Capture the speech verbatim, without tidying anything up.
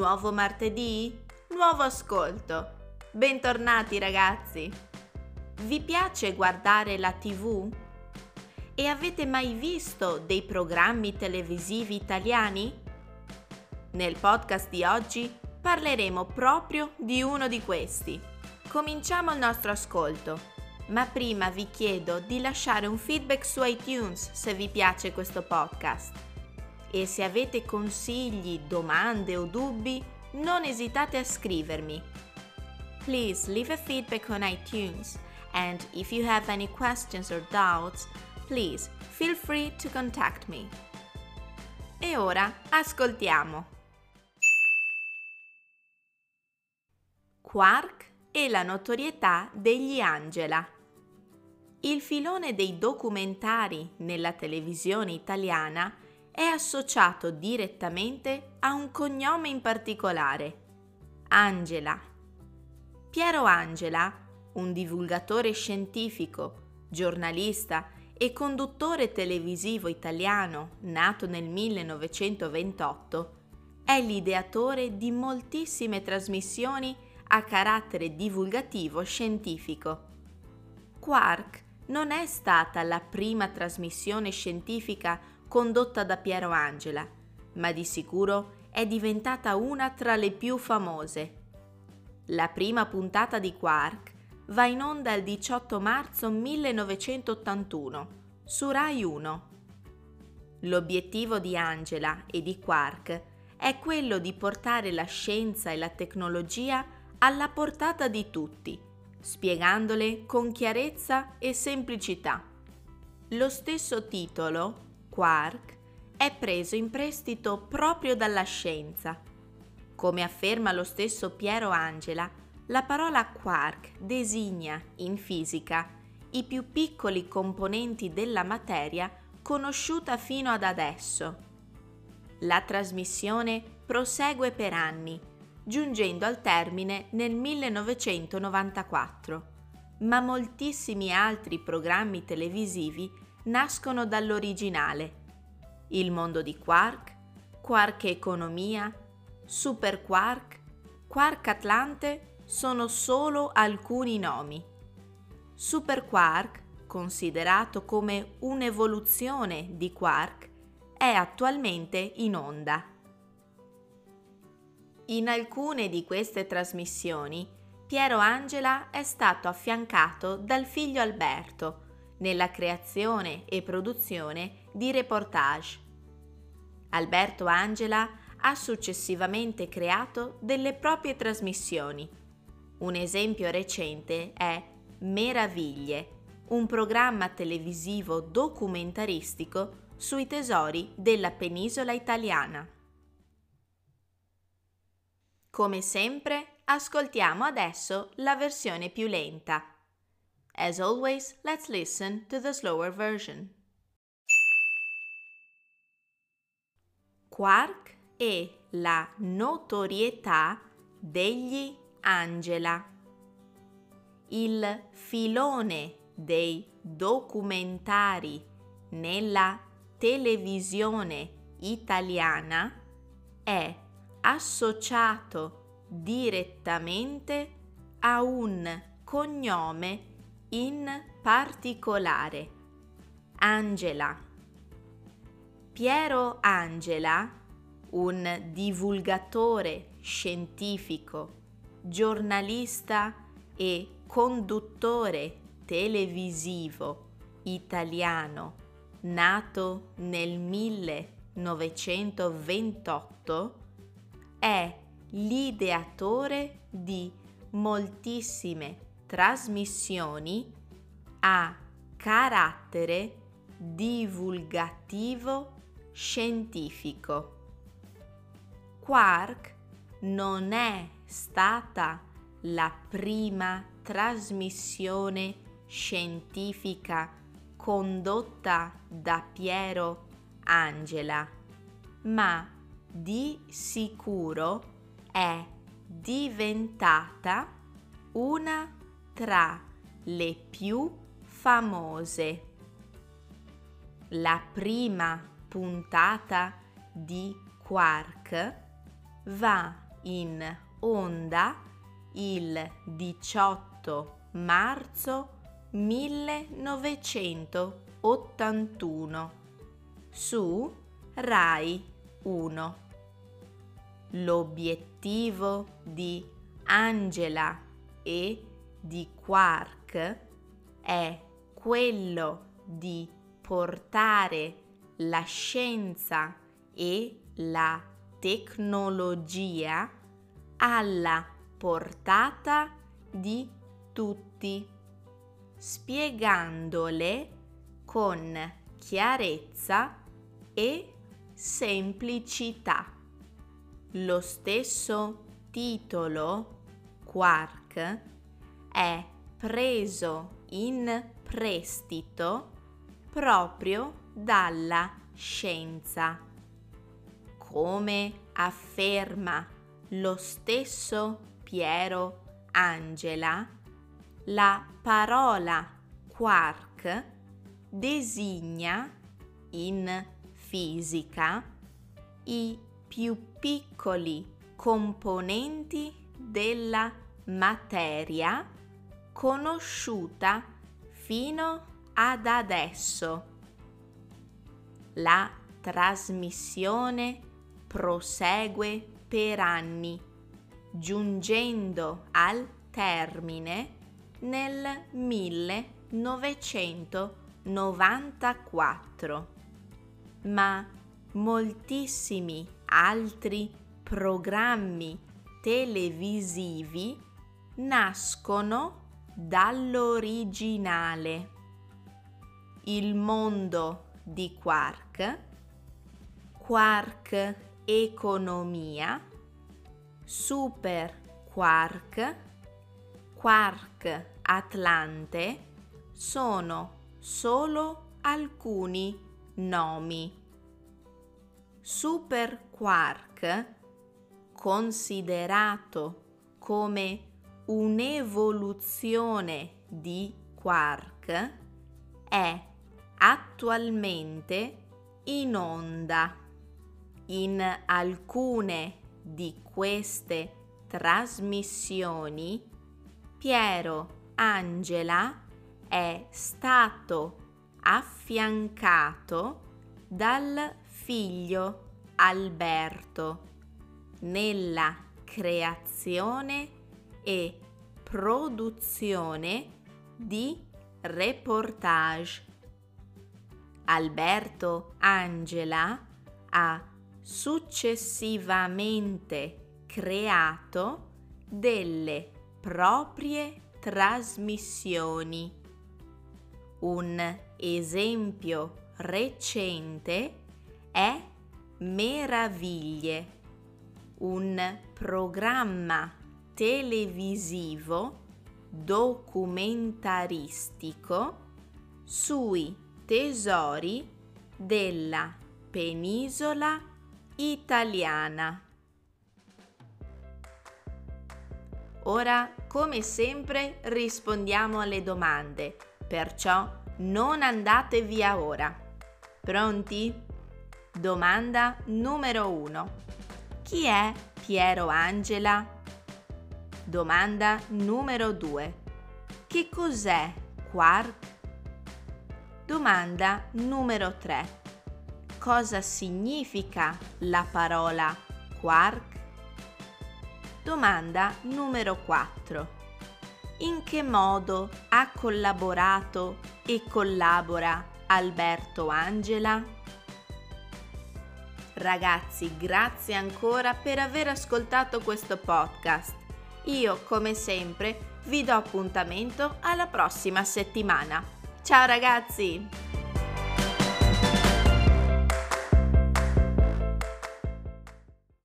Nuovo martedì? Nuovo ascolto! Bentornati ragazzi! Vi piace guardare la tivù? E avete mai visto dei programmi televisivi italiani? Nel podcast di oggi parleremo proprio di uno di questi. Cominciamo il nostro ascolto, ma prima vi chiedo di lasciare un feedback su iTunes se vi piace questo podcast. E se avete consigli, domande o dubbi, non esitate a scrivermi. Please leave a feedback on iTunes, and if you have any questions or doubts, please feel free to contact me. E ora ascoltiamo. Quark e la notorietà degli Angela. Il filone dei documentari nella televisione italiana è associato direttamente a un cognome in particolare, Angela. Piero Angela, un divulgatore scientifico, giornalista e conduttore televisivo italiano nato nel millenovecentoventotto, è l'ideatore di moltissime trasmissioni a carattere divulgativo scientifico. Quark non è stata la prima trasmissione scientifica condotta da Piero Angela, ma di sicuro è diventata una tra le più famose. La prima puntata di Quark va in onda il diciotto marzo millenovecentottantuno su Rai uno. L'obiettivo di Angela e di Quark è quello di portare la scienza e la tecnologia alla portata di tutti, spiegandole con chiarezza e semplicità. Lo stesso titolo, Quark, è preso in prestito proprio dalla scienza. Come afferma lo stesso Piero Angela, la parola quark designa, in fisica, i più piccoli componenti della materia conosciuta fino ad adesso. La trasmissione prosegue per anni, giungendo al termine nel millenovecentonovantaquattro, ma moltissimi altri programmi televisivi nascono dall'originale. Il mondo di Quark, Quark Economia, Super Quark, Quark Atlante sono solo alcuni nomi. Super Quark, considerato come un'evoluzione di Quark, è attualmente in onda. In alcune di queste trasmissioni, Piero Angela è stato affiancato dal figlio Alberto nella creazione e produzione di reportage. Alberto Angela ha successivamente creato delle proprie trasmissioni. Un esempio recente è Meraviglie, un programma televisivo documentaristico sui tesori della penisola italiana. Come sempre, ascoltiamo adesso la versione più lenta. As always, let's listen to the slower version. Quark e la notorietà degli Angela. Il filone dei documentari nella televisione italiana è associato direttamente a un cognome in particolare, Angela. Piero Angela, un divulgatore scientifico, giornalista e conduttore televisivo italiano, nato nel millenovecentoventotto, è l'ideatore di moltissime trasmissioni a carattere divulgativo scientifico. Quark non è stata la prima trasmissione scientifica condotta da Piero Angela, ma di sicuro è diventata una tra le più famose. La prima puntata di Quark va in onda il diciotto marzo millenovecentottantuno su Rai uno. L'obiettivo di Angela e di Quark è quello di portare la scienza e la tecnologia alla portata di tutti, spiegandole con chiarezza e semplicità. Lo stesso titolo, Quark, è preso in prestito proprio dalla scienza. Come afferma lo stesso Piero Angela, la parola quark designa in fisica i più piccoli componenti della materia conosciuta fino ad adesso. La trasmissione prosegue per anni, giungendo al termine nel millenovecentonovantaquattro, ma moltissimi altri programmi televisivi nascono dall'originale. Il mondo di Quark, Quark Economia, Super Quark, Quark Atlante sono solo alcuni nomi. Super Quark, considerato come un'evoluzione di Quark, è attualmente in onda. In alcune di queste trasmissioni Piero Angela è stato affiancato dal figlio Alberto nella creazione e produzione di reportage. Alberto Angela ha successivamente creato delle proprie trasmissioni. Un esempio recente è Meraviglie, un programma televisivo documentaristico sui tesori della penisola italiana. Ora, come sempre, rispondiamo alle domande, perciò non andate via ora. Pronti? Domanda numero uno. Chi è Piero Angela? Domanda numero due. Che cos'è Quark? Domanda numero tre. Cosa significa la parola quark? Domanda numero quattro. In che modo ha collaborato e collabora Alberto Angela? Ragazzi, grazie ancora per aver ascoltato questo podcast. Io, come sempre, vi do appuntamento alla prossima settimana. Ciao ragazzi!